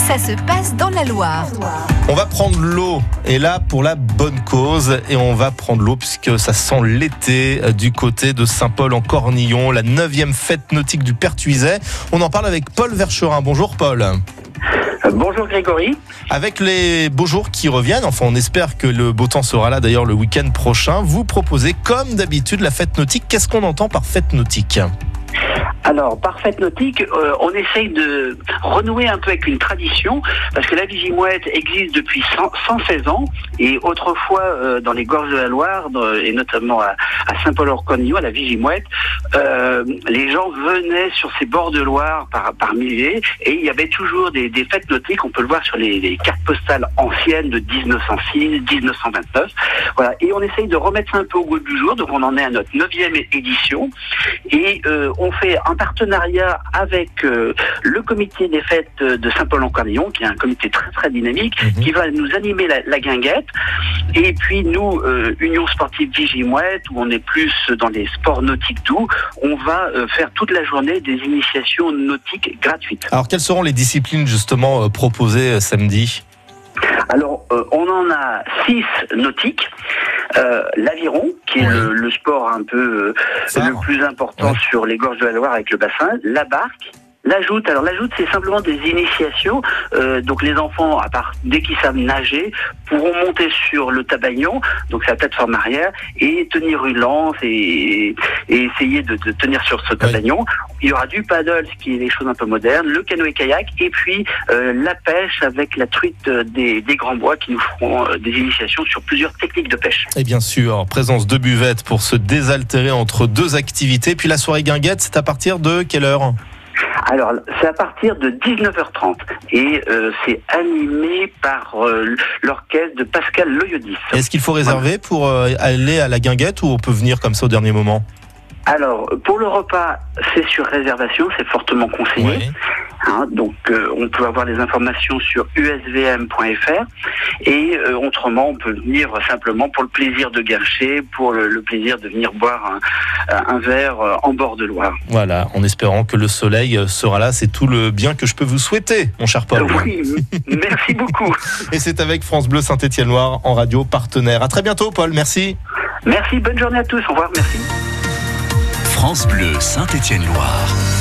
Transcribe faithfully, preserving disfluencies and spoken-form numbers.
ça se passe dans la Loire. On va prendre l'eau, et là pour la bonne cause, et on va prendre l'eau puisque ça sent l'été du côté de Saint-Paul-en-Cornillon, la neuvième fête nautique du Pertuiset. On en parle avec Paul Vercherin. Bonjour Paul. Bonjour Grégory. Avec les beaux jours qui reviennent, enfin on espère que le beau temps sera là d'ailleurs le week-end prochain, vous proposez comme d'habitude la fête nautique. Qu'est-ce qu'on entend par fête nautique ? Alors, par fête nautique, euh, on essaye de renouer un peu avec une tradition, parce que la Vigimouette existe depuis cent, cent seize ans, et autrefois, euh, dans les gorges de la Loire, dans, et notamment à, à Saint-Paul-en-Cornillon, à la Vigimouette, euh, les gens venaient sur ces bords de Loire par, par milliers, et il y avait toujours des, des fêtes nautiques. On peut le voir sur les, les cartes postales anciennes de dix-neuf cent six, dix-neuf cent vingt-neuf. Voilà, et on essaye de remettre ça un peu au goût du jour, donc on en est à notre neuvième édition, et euh, on fait un partenariat avec euh, le comité des fêtes de Saint-Paul-en-Cornillon, qui est un comité très très dynamique, mmh. qui va nous animer la, la guinguette. Et puis nous, euh, Union Sportive Vigimouette, où on est plus dans les sports nautiques doux, on va euh, faire toute la journée des initiations nautiques gratuites. Alors quelles seront les disciplines justement euh, proposées euh, samedi ? Alors, euh, on en a six nautiques. Euh, l'aviron, qui est oui. le, le sport un peu euh, le plus important ouais. sur les gorges de la Loire avec le bassin. La barque. La joute, alors la joute c'est simplement des initiations, euh, donc les enfants, à part dès qu'ils savent nager, pourront monter sur le tabagnon, donc c'est la plateforme arrière, et tenir une lance et, et essayer de, de tenir sur ce tabagnon. Oui. Il y aura du paddle, ce qui est des choses un peu modernes, le canoë-kayak, et puis euh, la pêche avec la truite des, des Grands Bois qui nous feront euh, des initiations sur plusieurs techniques de pêche. Et bien sûr, présence de buvettes pour se désaltérer entre deux activités, puis la soirée guinguette, c'est à partir de quelle heure ? Alors, c'est à partir de dix-neuf heures trente et euh, c'est animé par euh, l'orchestre de Pascal Loyodis. Est-ce qu'il faut réserver pour euh, aller à la guinguette ou on peut venir comme ça au dernier moment ? Alors, pour le repas, c'est sur réservation, c'est fortement conseillé. Oui. Hein, donc, euh, on peut avoir les informations sur u s v m point f r et euh, autrement, on peut venir simplement pour le plaisir de guercher, pour le, le plaisir de venir boire un, un verre en bord de Loire. Voilà, en espérant que le soleil sera là, c'est tout le bien que je peux vous souhaiter, mon cher Paul. Oui, merci beaucoup. Et c'est avec France Bleu Saint-Étienne-Loire en radio partenaire. À très bientôt, Paul, merci. Merci, bonne journée à tous, au revoir, merci. France Bleu Saint-Étienne-Loire.